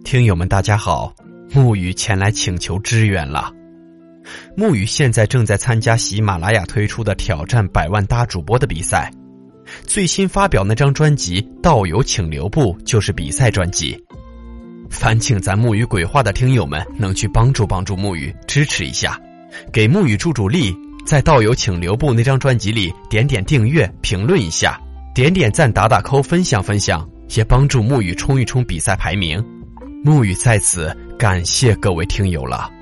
听友们大家好，木雨前来请求支援了。木雨现在正在参加喜马拉雅推出的挑战100万大主播的比赛，最新发表那张专辑《道友请留步》就是比赛专辑。烦请咱木雨鬼话的听友们能去帮助木雨，支持一下，给木雨助力，在《道友请留步》那张专辑里点订阅，评论一下，点赞，打扣，分享，也帮助木雨冲一冲比赛排名。木雨在此感谢各位听友了。